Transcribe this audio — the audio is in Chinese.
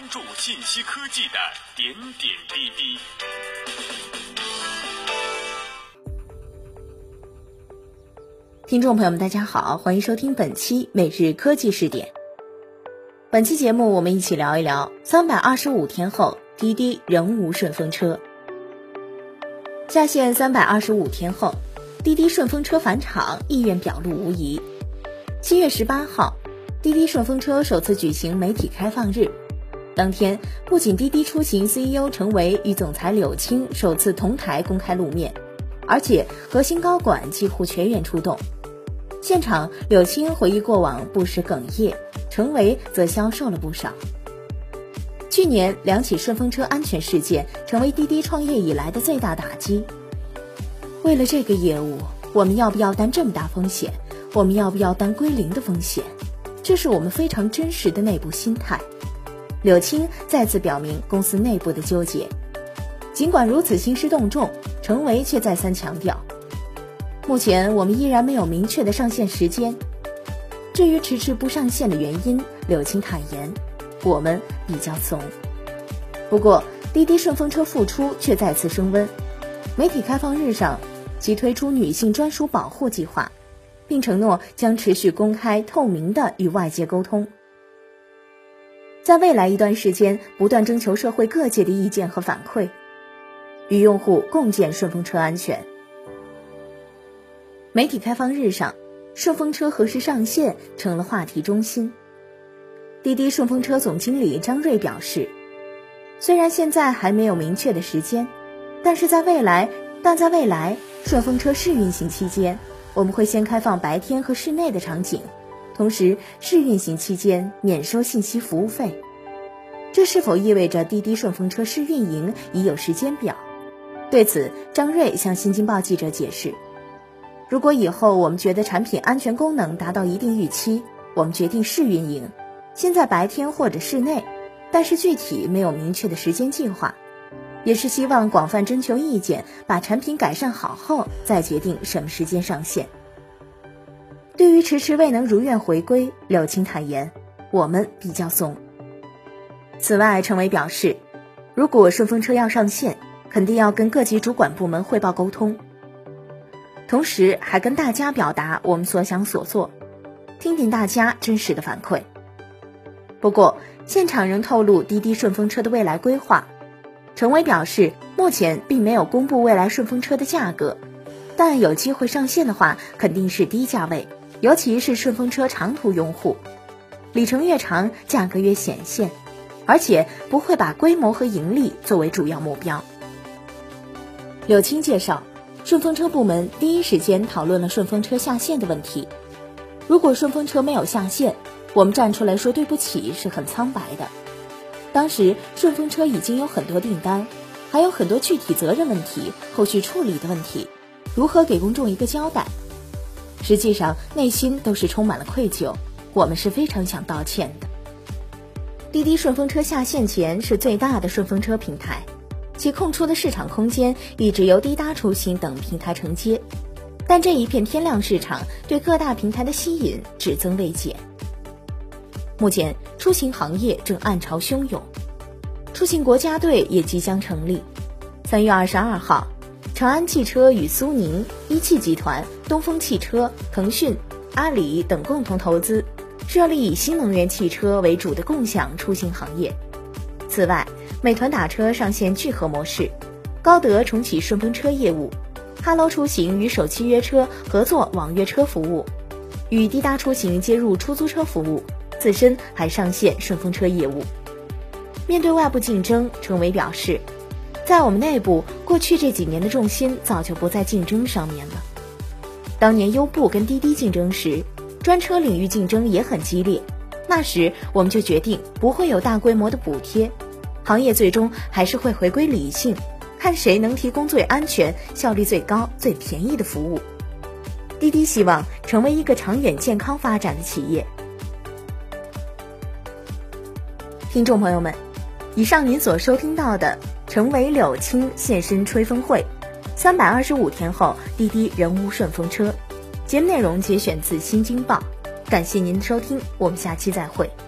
注信息科技的点点滴滴。 听众朋友们大家好，欢迎收听本期每日科技视点。本期节目我们一起聊一聊325天后滴滴仍无顺风车。下线325天后，滴滴顺风车返场意愿表露无遗。7月18号，滴滴顺风车首次举行媒体开放日。当天，不仅滴滴出行 CEO 程维与总裁柳青首次同台公开露面，而且核心高管几乎全员出动。现场，柳青回忆过往不时哽咽，程维则消瘦了不少。去年2起顺风车安全事件成为滴滴创业以来的最大打击。为了这个业务，我们要不要担这么大风险？我们要不要担归零的风险？这是我们非常真实的内部心态。柳青再次表明公司内部的纠结。尽管如此兴师动众，程维却再三强调，目前我们依然没有明确的上线时间。至于迟迟不上线的原因，柳青坦言，我们比较怂。不过滴滴顺风车复出却再次升温。媒体开放日上，其推出女性专属保护计划，并承诺将持续公开透明地与外界沟通。在未来一段时间，不断征求社会各界的意见和反馈，与用户共建顺风车安全。媒体开放日上，顺风车何时上线成了话题中心。滴滴顺风车总经理张瑞表示，虽然现在还没有明确的时间，但在未来顺风车试运行期间，我们会先开放白天和室内的场景，同时试运行期间免收信息服务费。这是否意味着滴滴顺风车试运营已有时间表？对此，张瑞向新京报记者解释，如果以后我们觉得产品安全功能达到一定预期，我们决定试运营，先在白天或者室内，但是具体没有明确的时间计划，也是希望广泛征求意见，把产品改善好后再决定什么时间上线。对于迟迟未能如愿回归，柳青坦言，我们比较怂。此外，程维表示，如果顺风车要上线，肯定要跟各级主管部门汇报沟通，同时还跟大家表达我们所想所做，听听大家真实的反馈。不过，现场仍透露滴滴顺风车的未来规划。程维表示，目前并没有公布未来顺风车的价格，但有机会上线的话，肯定是低价位，尤其是顺风车长途用户，里程越长，价格越显现，而且不会把规模和盈利作为主要目标。柳青介绍，顺风车部门第一时间讨论了顺风车下线的问题。如果顺风车没有下线，我们站出来说对不起是很苍白的。当时顺风车已经有很多订单，还有很多具体责任问题、后续处理的问题，如何给公众一个交代？实际上内心都是充满了愧疚，我们是非常想道歉的。滴滴顺风车下线前是最大的顺风车平台，其空出的市场空间一直由滴答出行等平台承接，但这一片天量市场对各大平台的吸引只增未减。目前出行行业正暗潮汹涌，出行国家队也即将成立。3月22号，长安汽车与苏宁、一汽集团、东风汽车、腾讯、阿里等共同投资，设立以新能源汽车为主的共享出行行业。此外，美团打车上线聚合模式，高德重启顺风车业务，哈喽出行与首汽约车合作网约车服务，与滴答出行接入出租车服务，自身还上线顺风车业务。面对外部竞争，程维表示，在我们内部，过去这几年的重心早就不在竞争上面了。当年优步跟滴滴竞争时，专车领域竞争也很激烈，那时我们就决定不会有大规模的补贴，行业最终还是会回归理性，看谁能提供最安全、效率最高、最便宜的服务。滴滴希望成为一个长远健康发展的企业。听众朋友们，以上您所收听到的程维、柳青现身吹风会，325天后滴滴仍无顺风车。节目内容节选自新京报，感谢您的收听，我们下期再会。